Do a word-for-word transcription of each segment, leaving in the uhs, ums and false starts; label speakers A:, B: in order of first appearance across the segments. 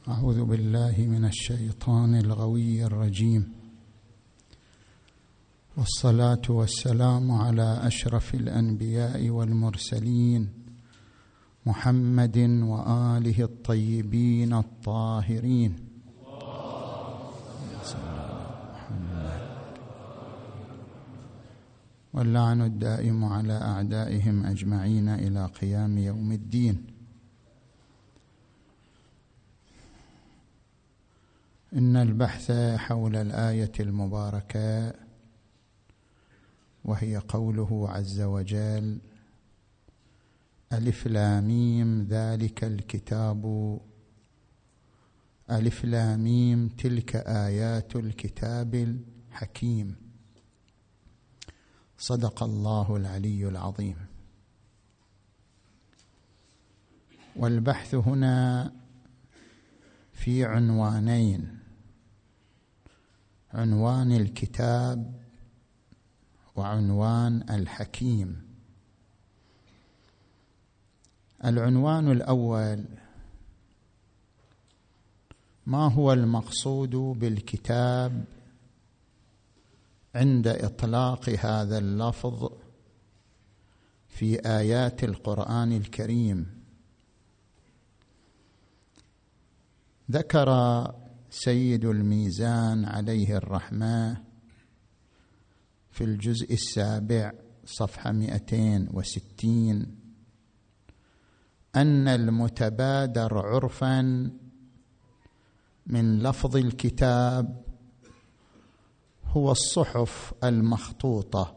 A: أعوذ بالله من الشيطان الغوي الرجيم، والصلاة والسلام على أشرف الأنبياء والمرسلين محمد وآله الطيبين الطاهرين. واللعن الدائم على أعدائهم أجمعين إلى قيام يوم الدين. إن البحث حول الآية المباركة، وهي قوله عز وجل: ألف لام ميم ذلك الكتاب، ألف لام ميم تلك آيات الكتاب الحكيم. صدق الله العلي العظيم. والبحث هنا في عنوانين: عنوان الكتاب وعنوان الحكيم. العنوان الأول: ما هو المقصود بالكتاب عند إطلاق هذا اللفظ في آيات القرآن الكريم؟ ذكر سيد الميزان عليه الرحمة في الجزء السابع صفحة مئتين وستين أن المتبادر عرفاً من لفظ الكتاب هو الصحف المخطوطة،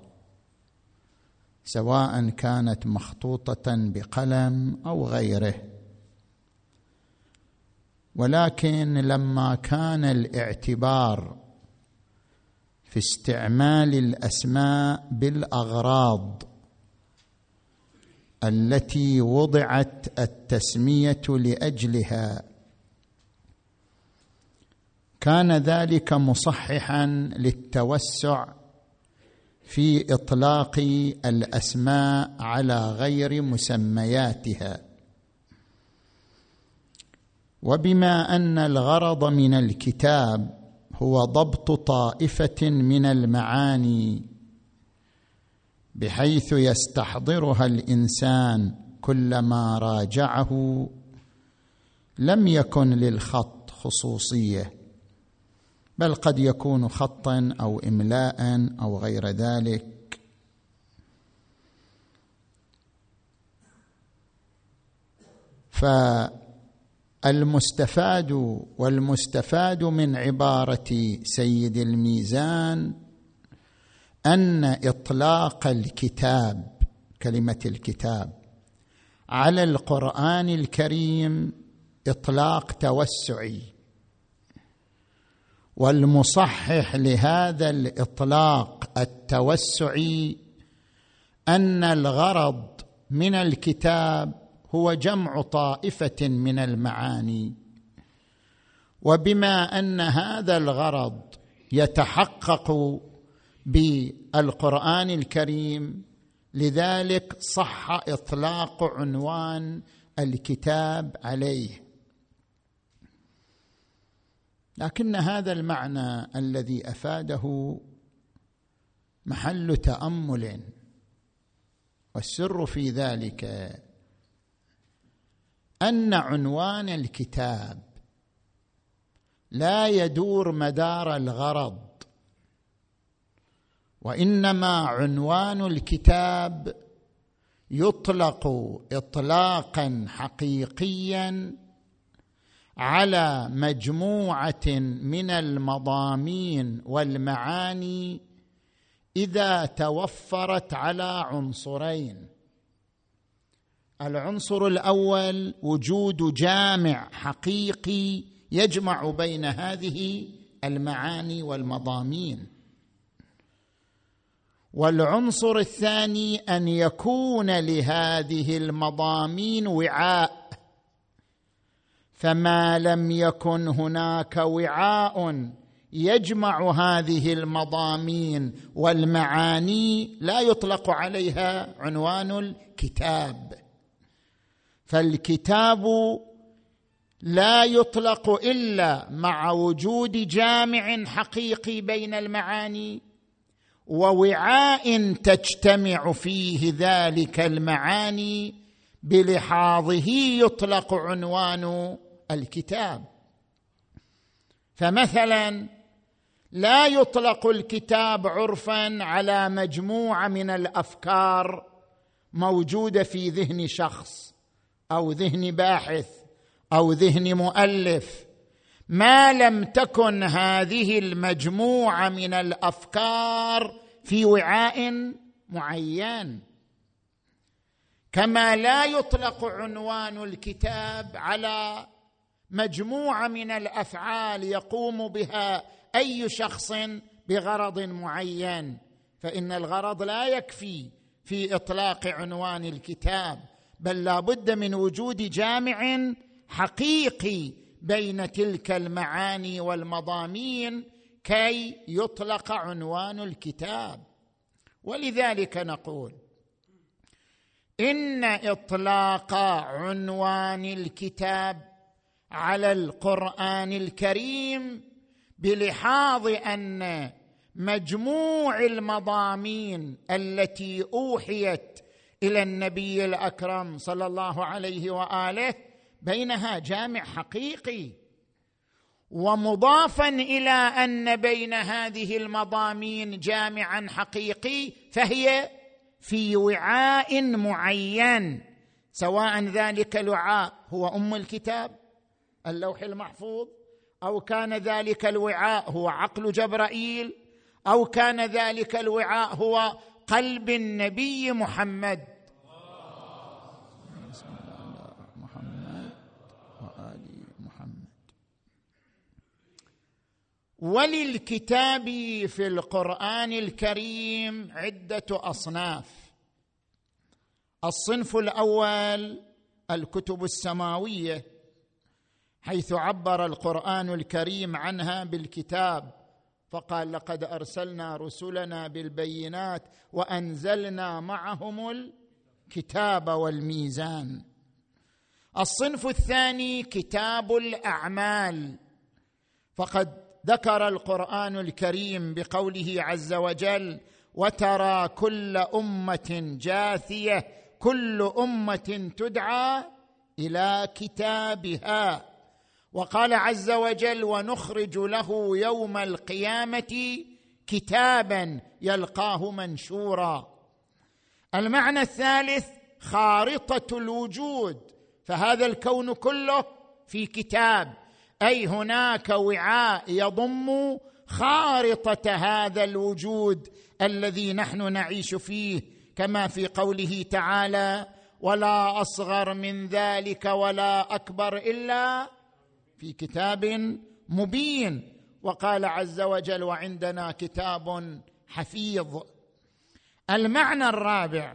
A: سواء كانت مخطوطة بقلم أو غيره. ولكن لما كان الاعتبار في استعمال الأسماء بالأغراض التي وضعت التسمية لأجلها، كان ذلك مصححاً للتوسع في إطلاق الأسماء على غير مسمياتها. وبما أن الغرض من الكتاب هو ضبط طائفة من المعاني بحيث يستحضرها الإنسان كلما راجعه، لم يكن للخط خصوصية، بل قد يكون خطاً أو إملاءً أو غير ذلك. فالمستفاد والمستفاد من عبارة سيد الميزان أن إطلاق الكتاب، كلمة الكتاب، على القرآن الكريم إطلاق توسعي، والمصحح لهذا الإطلاق التوسعي أن الغرض من الكتاب هو جمع طائفة من المعاني. وبما أن هذا الغرض يتحقق بالقرآن الكريم، لذلك صح إطلاق عنوان الكتاب عليه. لكن هذا المعنى الذي أفاده محل تأمل، والسر في ذلك أن عنوان الكتاب لا يدور مدار الغرض، وإنما عنوان الكتاب يطلق إطلاقاً حقيقياً على مجموعة من المضامين والمعاني إذا توفرت على عنصرين: العنصر الأول وجود جامع حقيقي يجمع بين هذه المعاني والمضامين، والعنصر الثاني أن يكون لهذه المضامين وعاء، فما لم يكن هناك وعاء يجمع هذه المضامين والمعاني لا يطلق عليها عنوان الكتاب. فالكتاب لا يطلق إلا مع وجود جامع حقيقي بين المعاني ووعاء تجتمع فيه ذلك المعاني بلحاظه يطلق عنوان الكتاب. فمثلا لا يطلق الكتاب عرفا على مجموعة من الأفكار موجودة في ذهن شخص أو ذهن باحث أو ذهن مؤلف ما لم تكن هذه المجموعة من الأفكار في وعاء معين. كما لا يطلق عنوان الكتاب على مجموعة من الأفعال يقوم بها أي شخص بغرض معين، فإن الغرض لا يكفي في إطلاق عنوان الكتاب، بل لا بد من وجود جامع حقيقي بين تلك المعاني والمضامين كي يطلق عنوان الكتاب. ولذلك نقول إن إطلاق عنوان الكتاب على القرآن الكريم بلحاظ أن مجموع المضامين التي أوحيت إلى النبي الأكرم صلى الله عليه وآله بينها جامع حقيقي، ومضافا إلى أن بين هذه المضامين جامعا حقيقي فهي في وعاء معين، سواء ذلك الوعاء هو أم الكتاب اللوح المحفوظ، أو كان ذلك الوعاء هو عقل جبرائيل، أو كان ذلك الوعاء هو قلب النبي محمد محمد وآل محمد. وللكتاب في القرآن الكريم عدة أصناف. الصنف الأول الكتب السماوية، حيث عبر القرآن الكريم عنها بالكتاب فقال لقد أرسلنا رسلنا بالبينات وأنزلنا معهم الكتاب والميزان. الصنف الثاني كتاب الأعمال، فقد ذكر القرآن الكريم بقوله عز وجل وترى كل أمة جاثية كل أمة تدعى إلى كتابها، وقال عز وجل ونخرج له يوم القيامة كتابا يلقاه منشورا. المعنى الثالث خارطة الوجود، فهذا الكون كله في كتاب، أي هناك وعاء يضم خارطة هذا الوجود الذي نحن نعيش فيه، كما في قوله تعالى ولا أصغر من ذلك ولا أكبر إلا في كتاب مبين، وقال عز وجل وعندنا كتاب حفيظ. المعنى الرابع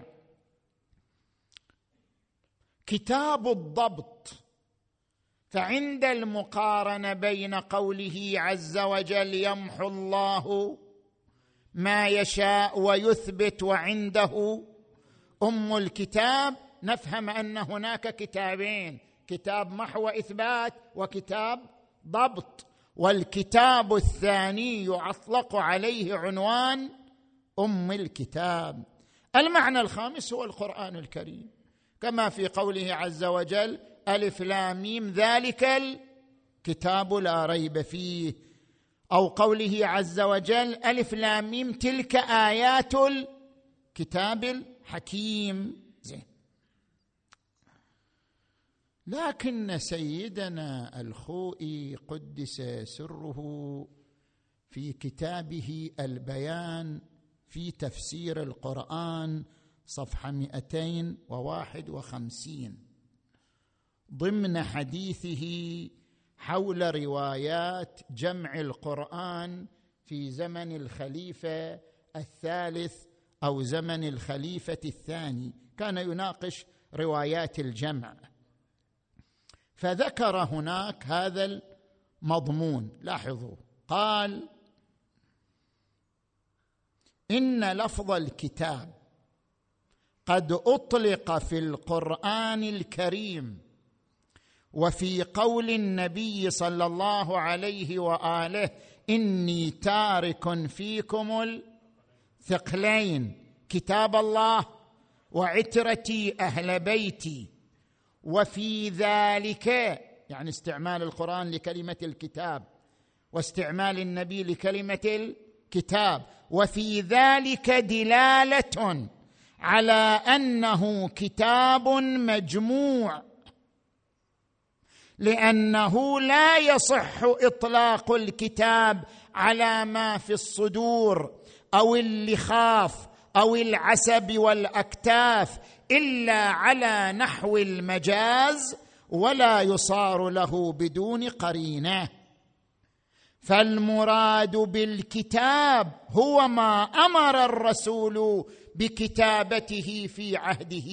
A: كتاب الضبط، فعند المقارنة بين قوله عز وجل يمحو الله ما يشاء ويثبت وعنده أم الكتاب، نفهم أن هناك كتابين، كتاب محو إثبات وكتاب ضبط، والكتاب الثاني يطلق عليه عنوان أم الكتاب. المعنى الخامس هو القرآن الكريم، كما في قوله عز وجل ألف لام ميم ذلك الكتاب لا ريب فيه، أو قوله عز وجل ألف لام ميم تلك آيات الكتاب الحكيم. زين. لكن سيدنا الخوئي قدس سره في كتابه البيان في تفسير القرآن صفحة مئتين وواحد وخمسين ضمن حديثه حول روايات جمع القرآن في زمن الخليفة الثالث أو زمن الخليفة الثاني، كان يناقش روايات الجمع، فذكر هناك هذا المضمون. لاحظوا، قال إن لفظ الكتاب قد أطلق في القرآن الكريم وفي قول النبي صلى الله عليه وآله إني تارك فيكم الثقلين كتاب الله وعترتي أهل بيتي، وفي ذلك يعني استعمال القرآن لكلمة الكتاب واستعمال النبي لكلمة الكتاب، وفي ذلك دلالة على أنه كتاب مجموع، لأنه لا يصح إطلاق الكتاب على ما في الصدور أو اللخاف أو العسب والأكتاف إلا على نحو المجاز، ولا يصار له بدون قرينة. فالمراد بالكتاب هو ما أمر الرسول بكتابته في عهده.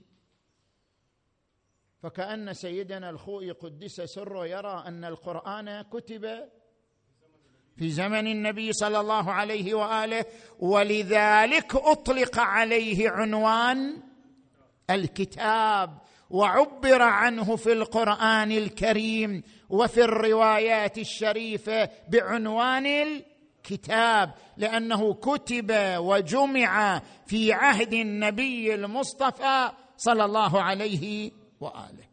A: فكأن سيدنا الخوئي قدس سره يرى أن القرآن كتب في زمن النبي صلى الله عليه وآله، ولذلك أطلق عليه عنوان الكتاب، وعبر عنه في القرآن الكريم وفي الروايات الشريفة بعنوان الكتاب، لأنه كتب وجمع في عهد النبي المصطفى صلى الله عليه وآله.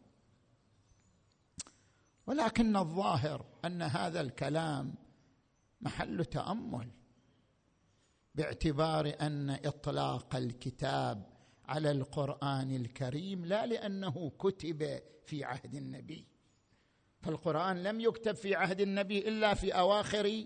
A: ولكن الظاهر أن هذا الكلام محل تأمل، باعتبار أن إطلاق الكتاب على القرآن الكريم لا لأنه كتب في عهد النبي، فالقرآن لم يكتب في عهد النبي إلا في أواخر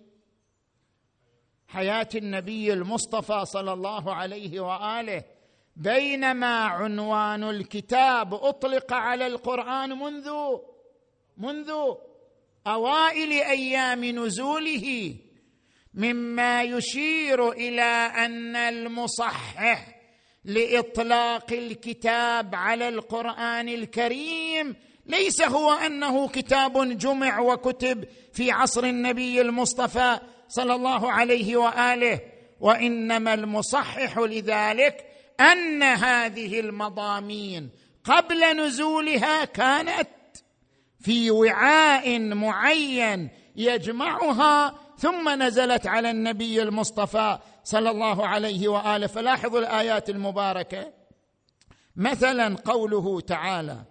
A: حياة النبي المصطفى صلى الله عليه وآله، بينما عنوان الكتاب أطلق على القرآن منذ منذ أوائل أيام نزوله، مما يشير إلى أن المصحح لإطلاق الكتاب على القرآن الكريم ليس هو أنه كتاب جمع وكتب في عصر النبي المصطفى صلى الله عليه وآله، وإنما المصحح لذلك أن هذه المضامين قبل نزولها كانت في وعاء معين يجمعها، ثم نزلت على النبي المصطفى صلى الله عليه وآله. فلاحظوا الآيات المباركة، مثلا قوله تعالى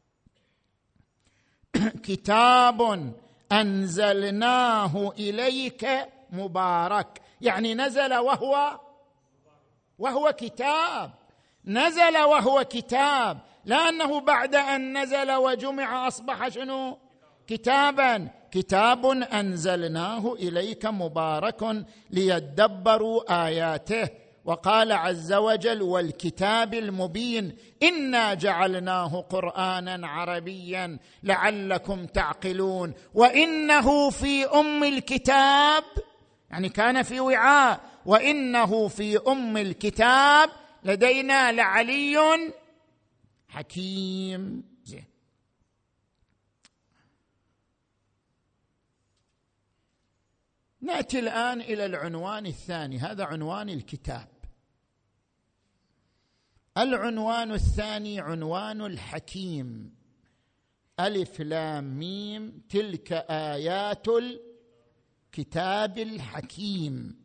A: كتاب أنزلناه إليك مبارك، يعني نزل وهو وهو كتاب، نزل وهو كتاب، لأنه بعد أن نزل وجمع أصبح شنو؟ كتابا. كتاب أنزلناه إليك مبارك ليدبروا آياته. وقال عز وجل والكتاب المبين إنا جعلناه قرآنا عربيا لعلكم تعقلون. وإنه في أم الكتاب، يعني كان في وعاء، وإنه في أم الكتاب لدينا لعلي حكيم. زين. نأتي الآن إلى العنوان الثاني، هذا عنوان الكتاب. العنوان الثاني عنوان الحكيم، ألف لام ميم تلك آيات الكتاب الحكيم.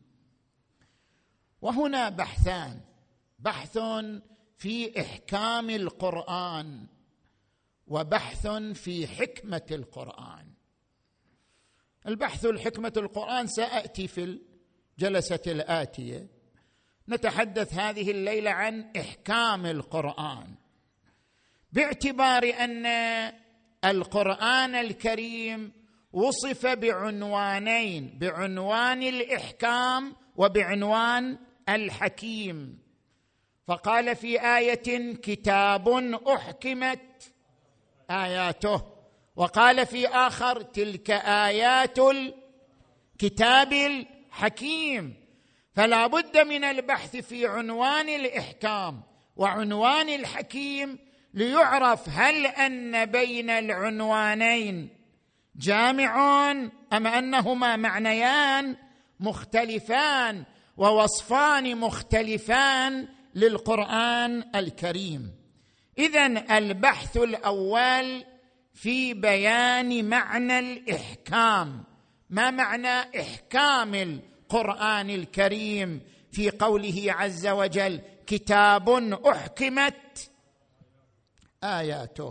A: وهنا بحثان، بحث في إحكام القرآن وبحث في حكمة القرآن. البحث الحكمة القرآن سأأتي في الجلسة الآتية، نتحدث هذه الليلة عن إحكام القرآن، باعتبار أن القرآن الكريم وصف بعنوانين، بعنوان الإحكام وبعنوان الحكيم. فقال في آية كتاب أحكمت آياته، وقال في آخر تلك آيات الكتاب الحكيم. فلا بد من البحث في عنوان الإحكام وعنوان الحكيم ليعرف هل أن بين العنوانين جامع أم أنهما معنيان مختلفان ووصفان مختلفان للقرآن الكريم. إذن البحث الأول في بيان معنى الإحكام. ما معنى إحكام القرآن الكريم في قوله عز وجل كتاب أحكمت آياته؟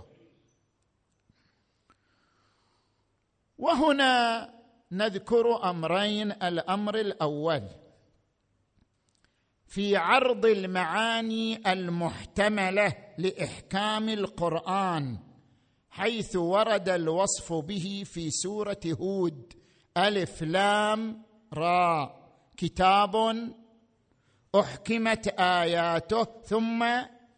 A: وهنا نذكر أمرين. الأمر الأول في عرض المعاني المحتملة لإحكام القرآن، حيث ورد الوصف به في سورة هود: ألف لام را كتاب أحكمت آياته ثم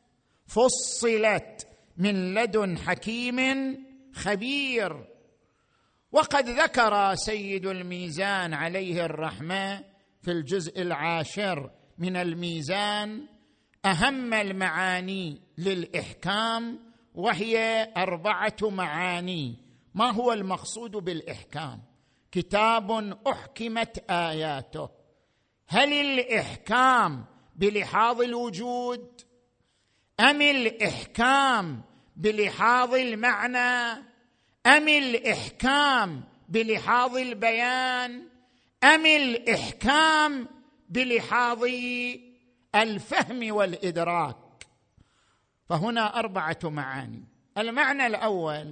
A: فصلت من لدن حكيم خبير. وقد ذكر سيد الميزان عليه الرحمة في الجزء العاشر من الميزان أهم المعاني للإحكام، وهي أربعة معاني. ما هو المقصود بالإحكام؟ كتاب أحكمت آياته. هل الإحكام بلحاظ الوجود أم الإحكام بلحاظ المعنى أم الإحكام بلحاظ البيان أم الإحكام بلحاظ الفهم والإدراك؟ فهنا أربعة معاني. المعنى الأول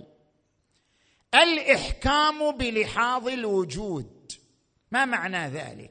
A: الإحكام بلحاظ الوجود. ما معنى ذلك؟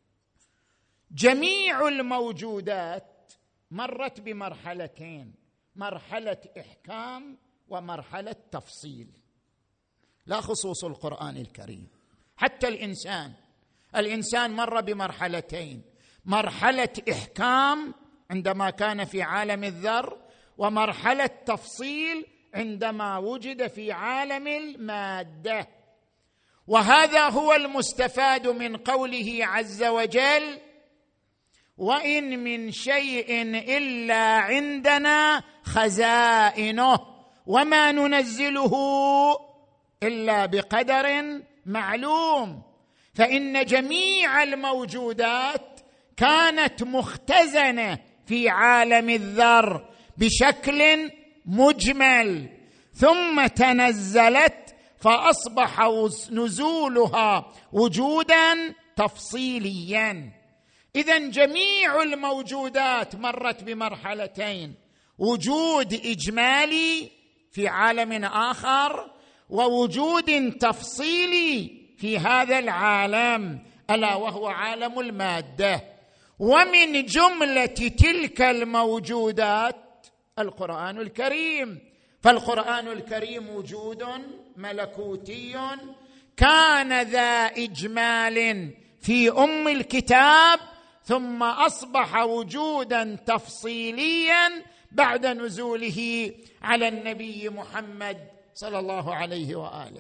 A: جميع الموجودات مرت بمرحلتين: مرحلة إحكام ومرحلة تفصيل. لا خصوص القرآن الكريم، حتى الإنسان الإنسان مر بمرحلتين: مرحلة إحكام عندما كان في عالم الذر، ومرحلة تفصيل عندما وجد في عالم المادة. وهذا هو المستفاد من قوله عز وجل: وإن من شيء إلا عندنا خزائنه وما ننزله إلا بقدر معلوم. فإن جميع الموجودات كانت مختزنة في عالم الذر بشكل مجمل، ثم تنزلت فأصبح نزولها وجودا تفصيليا. إذن جميع الموجودات مرت بمرحلتين: وجود إجمالي في عالم آخر، ووجود تفصيلي في هذا العالم، ألا وهو عالم المادة. ومن جملة تلك الموجودات القرآن الكريم. فالقرآن الكريم وجود ملكوتي كان ذا إجمال في أم الكتاب، ثم أصبح وجودا تفصيليا بعد نزوله على النبي محمد صلى الله عليه وآله.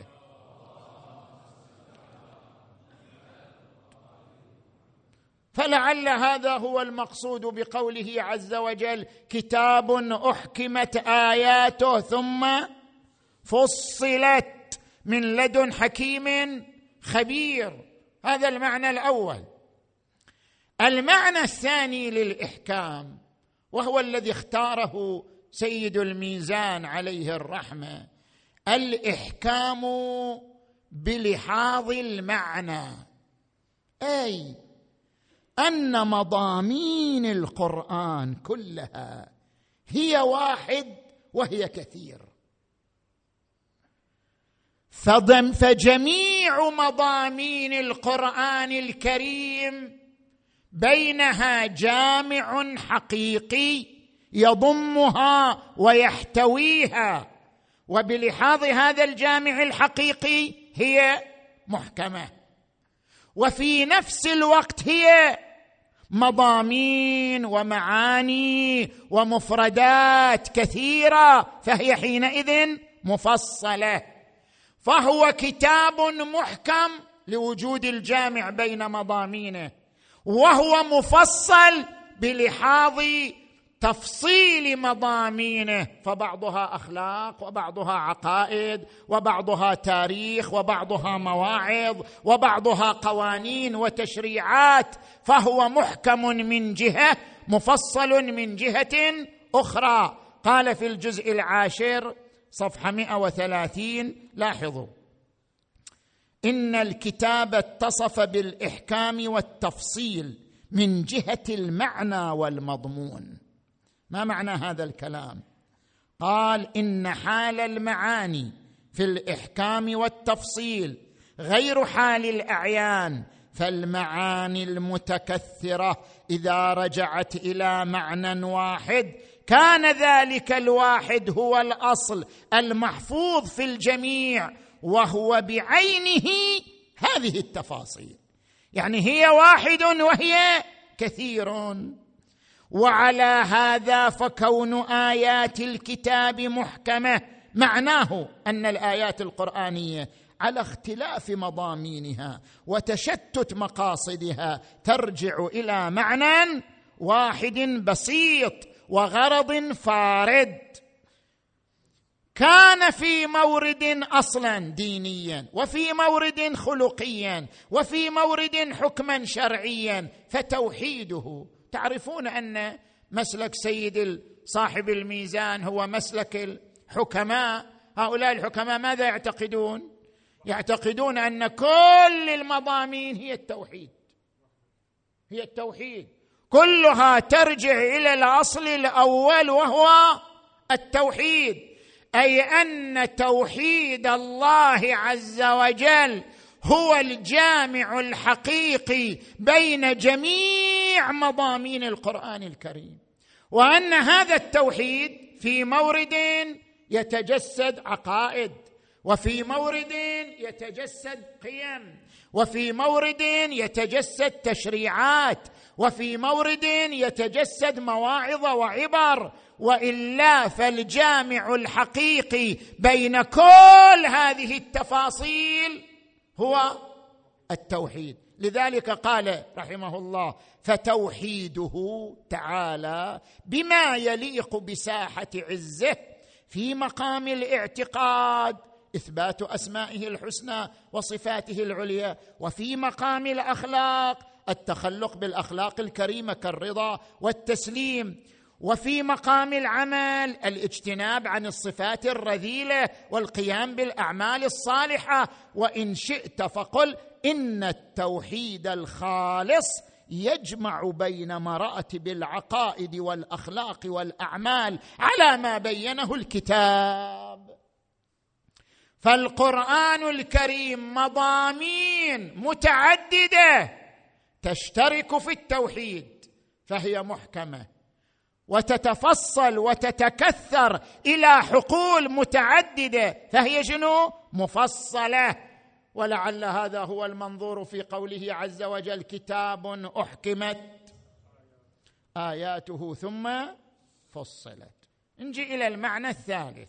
A: فلعل هذا هو المقصود بقوله عز وجل: كتاب أحكمت آياته ثم فصلت من لدن حكيم خبير. هذا المعنى الأول. المعنى الثاني للإحكام، وهو الذي اختاره سيد الميزان عليه الرحمة: الإحكام بلحاظ المعنى، أي أن مضامين القرآن كلها هي واحد وهي كثير. فجميع مضامين القرآن الكريم بينها جامع حقيقي يضمها ويحتويها، وبلحاظ هذا الجامع الحقيقي هي محكمة، وفي نفس الوقت هي مضامين ومعاني ومفردات كثيرة، فهي حينئذ مفصلة. فهو كتاب محكم لوجود الجامع بين مضامينه، وهو مفصل بلحاظ تفصيل مضامينه، فبعضها أخلاق وبعضها عقائد وبعضها تاريخ وبعضها مواعظ وبعضها قوانين وتشريعات. فهو محكم من جهة، مفصل من جهة أخرى. قال في الجزء العاشر صفحة مئة وثلاثين. لاحظوا: إن الكتاب اتصف بالإحكام والتفصيل من جهة المعنى والمضمون. ما معنى هذا الكلام؟ قال: إن حال المعاني في الإحكام والتفصيل غير حال الأعيان، فالمعاني المتكثرة إذا رجعت إلى معنى واحد كان ذلك الواحد هو الأصل المحفوظ في الجميع، وهو بعينه هذه التفاصيل. يعني هي واحد وهي كثير. وعلى هذا فكون آيات الكتاب محكمة معناه أن الآيات القرآنية على اختلاف مضامينها وتشتت مقاصدها ترجع إلى معنى واحد بسيط وغرض فارد، كان في مورد أصلا دينيا، وفي مورد خلقيا، وفي مورد حكما شرعيا. فتوحيده، تعرفون أن مسلك سيد صاحب الميزان هو مسلك الحكماء. هؤلاء الحكماء ماذا يعتقدون؟ يعتقدون أن كل المضامين هي التوحيد، هي التوحيد كلها ترجع إلى الأصل الأول وهو التوحيد، أي أن توحيد الله عز وجل هو الجامع الحقيقي بين جميع مضامين القرآن الكريم، وأن هذا التوحيد في مورد يتجسد عقائد، وفي مورد يتجسد قيم، وفي مورد يتجسد تشريعات، وفي مورد يتجسد مواعظ وعبر. وإلا فالجامع الحقيقي بين كل هذه التفاصيل هو التوحيد. لذلك قال رحمه الله: فتوحيده تعالى بما يليق بساحة عزه في مقام الاعتقاد إثبات أسمائه الحسنى وصفاته العليا، وفي مقام الأخلاق التخلق بالأخلاق الكريمة كالرضا والتسليم، وفي مقام العمل الاجتناب عن الصفات الرذيلة والقيام بالأعمال الصالحة. وإن شئت فقل إن التوحيد الخالص يجمع بين مراتب العقائد والأخلاق والأعمال على ما بينه الكتاب. فالقرآن الكريم مضامين متعددة تشترك في التوحيد، فهي محكمة، وتتفصل وتتكثر إلى حقول متعددة، فهي شنو؟ مفصلة. ولعل هذا هو المنظور في قوله عز وجل: كتاب أحكمت آياته ثم فصلت. نجي إلى المعنى الثالث.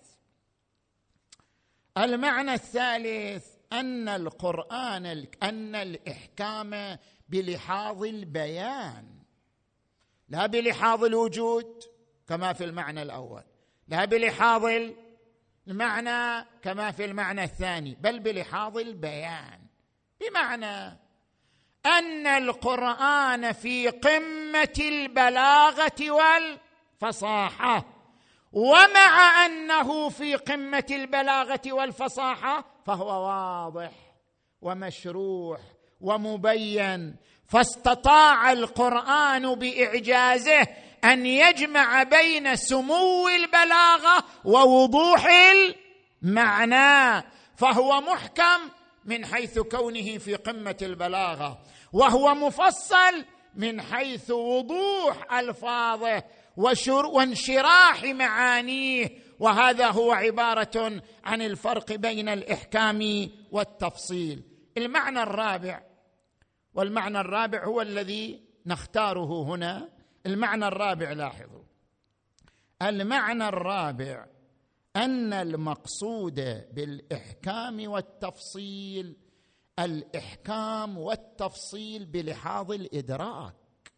A: المعنى الثالث أن القرآن أن الإحكام بلحاظ البيان لا بلحاظ الوجود كما في المعنى الأول، لا بلحاظ المعنى كما في المعنى الثاني، بل بلحاظ البيان، بمعنى أن القرآن في قمة البلاغة والفصاحة، ومع أنه في قمة البلاغة والفصاحة فهو واضح ومشروح ومبين. فاستطاع القرآن بإعجازه أن يجمع بين سمو البلاغة ووضوح المعنى، فهو محكم من حيث كونه في قمة البلاغة، وهو مفصل من حيث وضوح ألفاظه وانشراح معانيه. وهذا هو عبارة عن الفرق بين الإحكام والتفصيل. المعنى الرابع، والمعنى الرابع هو الذي نختاره هنا. المعنى الرابع، لاحظوا، المعنى الرابع أن المقصود بالإحكام والتفصيل الإحكام والتفصيل بلحاظ الإدراك،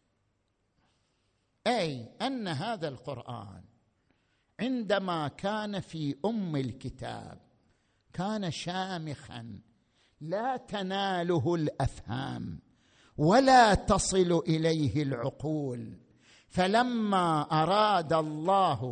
A: أي أن هذا القرآن عندما كان في أم الكتاب كان شامخا لا تناله الأفهام ولا تصل إليه العقول، فلما أراد الله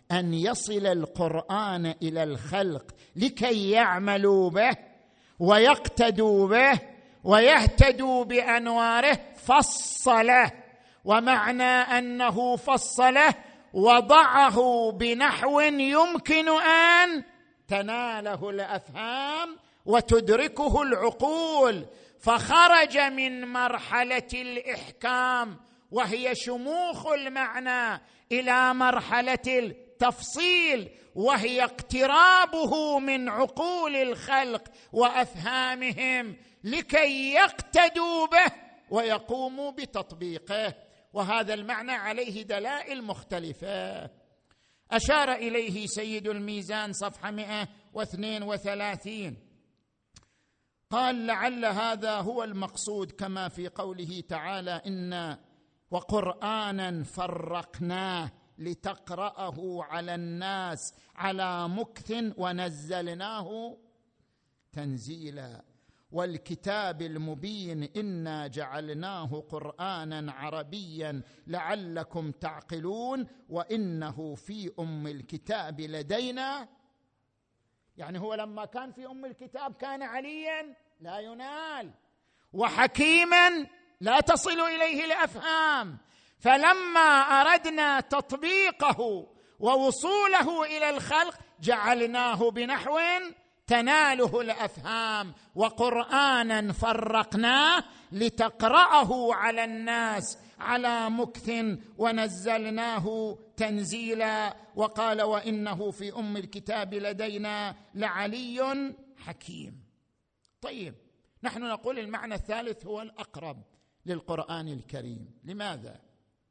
A: أن يصل القرآن إلى الخلق لكي يعملوا به ويقتدوا به ويهتدوا بأنواره فصله. ومعنى أنه فصله وضعه بنحو يمكن أن تناله الأفهام وتدركه العقول، فخرج من مرحلة الإحكام وهي شموخ المعنى إلى مرحلة التفصيل وهي اقترابه من عقول الخلق وأفهامهم لكي يقتدوا به ويقوموا بتطبيقه. وهذا المعنى عليه دلائل مختلفة أشار إليه سيد الميزان صفحة مئة واثنين وثلاثين، قال: لعل هذا هو المقصود كما في قوله تعالى: إنا وقرآنا فرقناه لتقرأه على الناس على مكث ونزلناه تنزيلا، والكتاب المبين إنا جعلناه قرآنا عربيا لعلكم تعقلون وإنه في أم الكتاب لدينا. يعني هو لما كان في أم الكتاب كان عليا لا ينال وحكيما لا تصل إليه الأفهام، فلما أردنا تطبيقه ووصوله إلى الخلق جعلناه بنحو تناله الأفهام. وقرآنا فرقناه لتقرأه على الناس على مكث ونزلناه تنزيلا. وقال: وإنه في أم الكتاب لدينا لعلي حكيم. طيب، نحن نقول المعنى الثالث هو الأقرب للقرآن الكريم. لماذا؟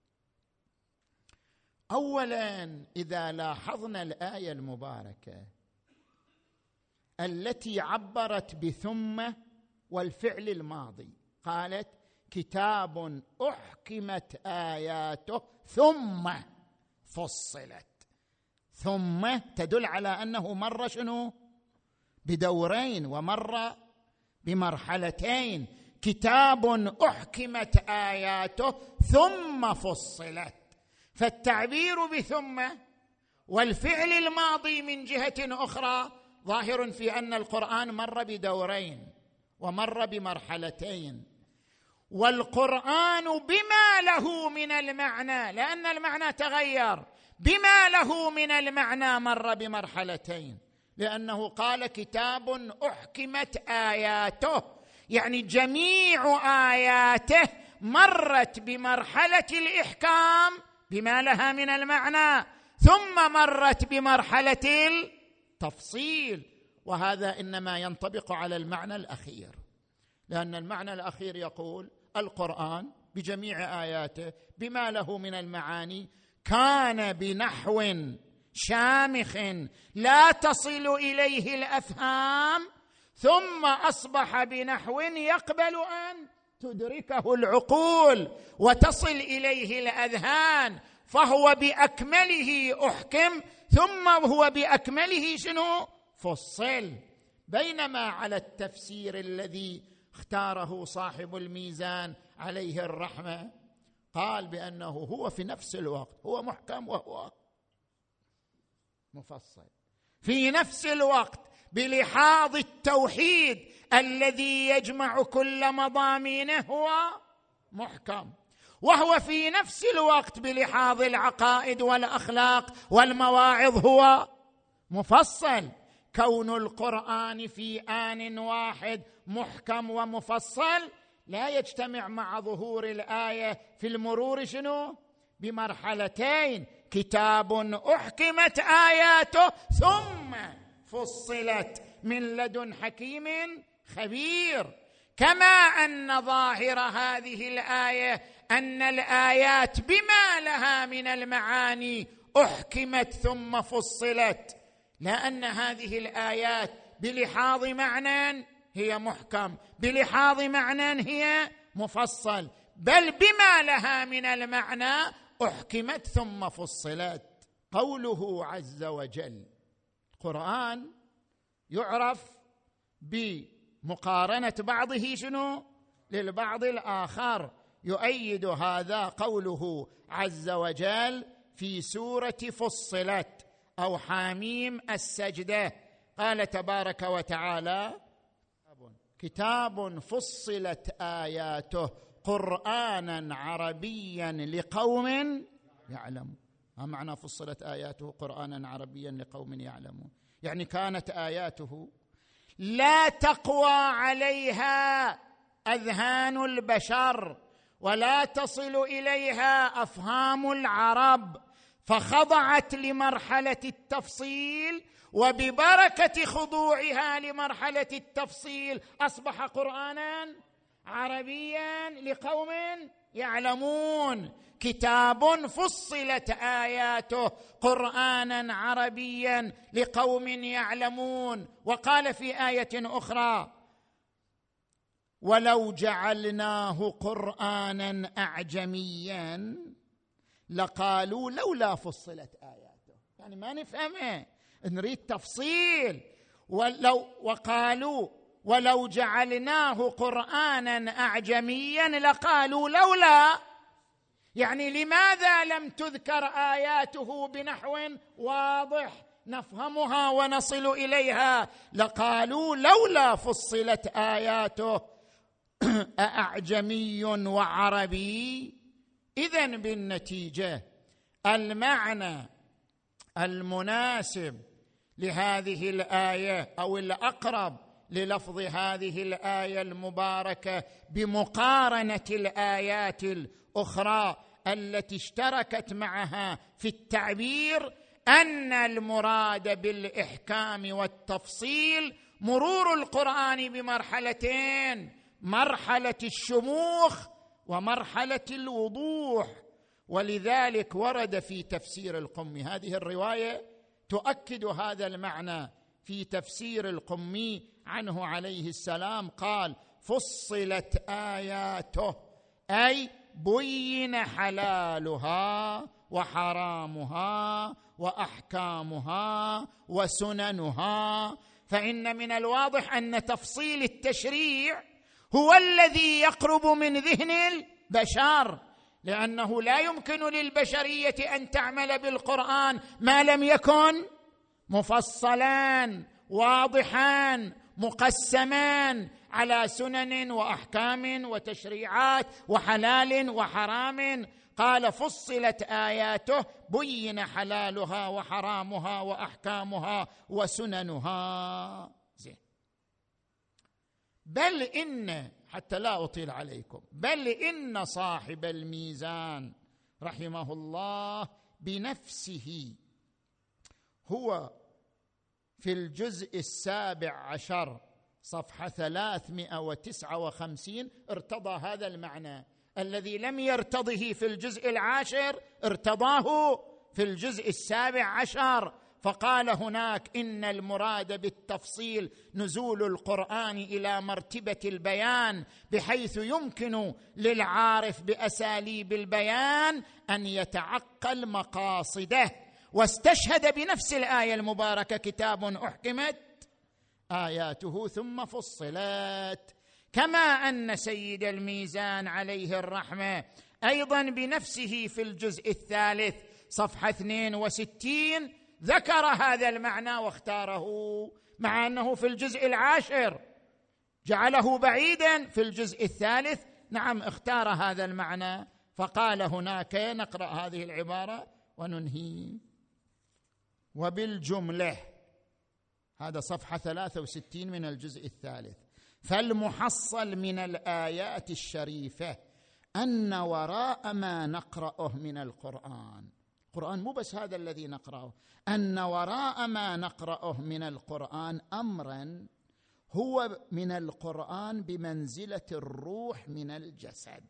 A: أولا، إذا لاحظنا الآية المباركة التي عبرت بثم والفعل الماضي، قالت: كتاب أحكمت آياته ثم فصلت. ثم تدل على أنه مر شنو؟ بدورين ومر بمرحلتين. كتاب أحكمت آياته ثم فصلت، فالتعبير بثم والفعل الماضي من جهة أخرى ظاهر في أن القرآن مر بدورين ومر بمرحلتين، والقرآن بما له من المعنى، لأن المعنى تغير، بما له من المعنى مر بمرحلتين، لأنه قال: كتاب أحكمت آياته، يعني جميع آياته مرت بمرحلة الإحكام بما لها من المعنى، ثم مرت بمرحلة التفصيل. وهذا إنما ينطبق على المعنى الأخير، لأن المعنى الأخير يقول: القرآن بجميع آياته بما له من المعاني كان بنحو شامخ لا تصل إليه الأفهام، ثم أصبح بنحو يقبل أن تدركه العقول وتصل إليه الأذهان، فهو بأكمله أحكم ثم هو بأكمله شنو؟ فصل. بينما على التفسير الذي اختاره صاحب الميزان عليه الرحمة قال بأنه هو في نفس الوقت هو محكم وهو مفصل، في نفس الوقت بلحاظ التوحيد الذي يجمع كل مضامينه هو محكم، وهو في نفس الوقت بلحاظ العقائد والأخلاق والمواعظ هو مفصل. كون القرآن في آن واحد محكم ومفصل لا يجتمع مع ظهور الآية في المرور شنو؟ بمرحلتين: كتاب أحكمت آياته ثم فصلت من لدن حكيم خبير. كما أن ظاهر هذه الآية أن الآيات بما لها من المعاني أحكمت ثم فصلت، لأن هذه الآيات بلحاظ معنى هي محكم، بلحاظ معنى هي مفصل، بل بما لها من المعنى أحكمت ثم فصلت. قوله عز وجل القرآن يعرف بمقارنة بعضه شنو؟ للبعض الآخر. يؤيد هذا قوله عز وجل في سورة فصلت: أو حاميم السجدة. قال تبارك وتعالى: كتاب فصلت آياته قرآنا عربيا لقوم يعلمون. ما معنى فصلت آياته قرآنا عربيا لقوم يعلمون؟ يعني كانت آياته لا تقوى عليها أذهان البشر ولا تصل إليها أفهام العرب، فخضعت لمرحلة التفصيل، وببركة خضوعها لمرحلة التفصيل أصبح قرآنا عربيا لقوم يعلمون. كتاب فصلت آياته قرآنا عربيا لقوم يعلمون. وقال في آية أخرى: ولو جعلناه قرآنا أعجميا لقالوا لولا فصلت آياته. يعني ما نفهمه، نريد تفصيل. ولو وقالوا ولو جعلناه قرآنا أعجميا لقالوا لولا، يعني لماذا لم تذكر آياته بنحو واضح نفهمها ونصل إليها؟ لقالوا لولا فصلت آياته أأعجمي وعربي. إذن بالنتيجة المعنى المناسب لهذه الآية أو الأقرب للفظ هذه الآية المباركة بمقارنة الآيات الأخرى التي اشتركت معها في التعبير أن المراد بالإحكام والتفصيل مرور القرآن بمرحلتين: مرحلة الشموخ ومرحلة الوضوح. ولذلك ورد في تفسير القمي، هذه الرواية تؤكد هذا المعنى، في تفسير القمي عنه عليه السلام قال: فصلت آياته، أي بين حلالها وحرامها وأحكامها وسننها. فإن من الواضح أن تفصيل التشريع هو الذي يقرب من ذهن البشر، لأنه لا يمكن للبشرية أن تعمل بالقرآن ما لم يكن مفصلا واضحا مقسما على سنن وأحكام وتشريعات وحلال وحرام. قال: فصلت آياته بين حلالها وحرامها وأحكامها وسننها. زين. بل إن، حتى لا أطيل عليكم، بل إن صاحب الميزان رحمه الله بنفسه هو في الجزء السابع عشر صفحة ثلاثمائة وتسعة وخمسين ارتضى هذا المعنى الذي لم يرتضه في الجزء العاشر، ارتضاه في الجزء السابع عشر. فقال هناك: إن المراد بالتفصيل نزول القرآن إلى مرتبة البيان، بحيث يمكن للعارف بأساليب البيان أن يتعقل مقاصده. واستشهد بنفس الآية المباركة: كتاب أحكمت آياته ثم فصلت. كما أن سيد الميزان عليه الرحمة أيضا بنفسه في الجزء الثالث صفحة اثنين وستين ذكر هذا المعنى واختاره، مع أنه في الجزء العاشر جعله بعيدا، في الجزء الثالث نعم اختار هذا المعنى. فقال هناك، نقرأ هذه العبارة وننهي: وبالجملة، هذا صفحة ثلاثة وستين من الجزء الثالث، فالمحصل من الآيات الشريفة أن وراء ما نقرأه من القرآن، القرآن مو بس هذا الذي نقرأه، أن وراء ما نقرأه من القرآن أمرا هو من القرآن بمنزلة الروح من الجسد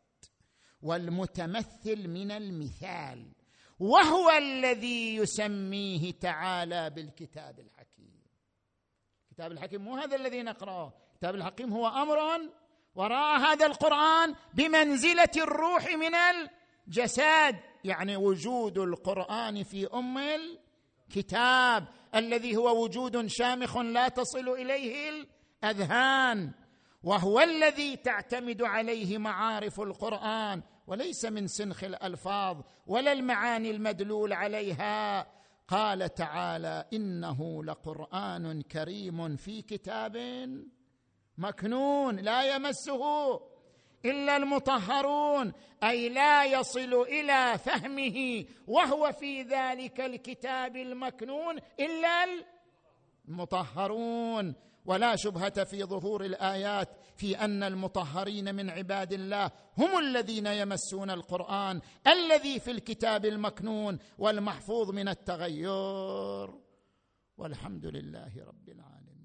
A: والمتمثل من المثال، وهو الذي يسميه تعالى بالكتاب الحكيم. الكتاب الحكيم مو هذا الذي نقرأه، الكتاب الحكيم هو أمر وراء هذا القرآن بمنزلة الروح من الجسد، يعني وجود القرآن في أم الكتاب الذي هو وجود شامخ لا تصل إليه الأذهان، وهو الذي تعتمد عليه معارف القرآن، وليس من سنخ الألفاظ ولا المعاني المدلول عليها. قال تعالى: إنه لقرآن كريم في كتاب مكنون لا يمسه إلا المطهرون، أي لا يصل إلى فهمه وهو في ذلك الكتاب المكنون إلا المطهرون. ولا شبهة في ظهور الآيات في أن المطهرين من عباد الله هم الذين يمسون القرآن الذي في الكتاب المكنون والمحفوظ من التغير. والحمد لله رب العالمين.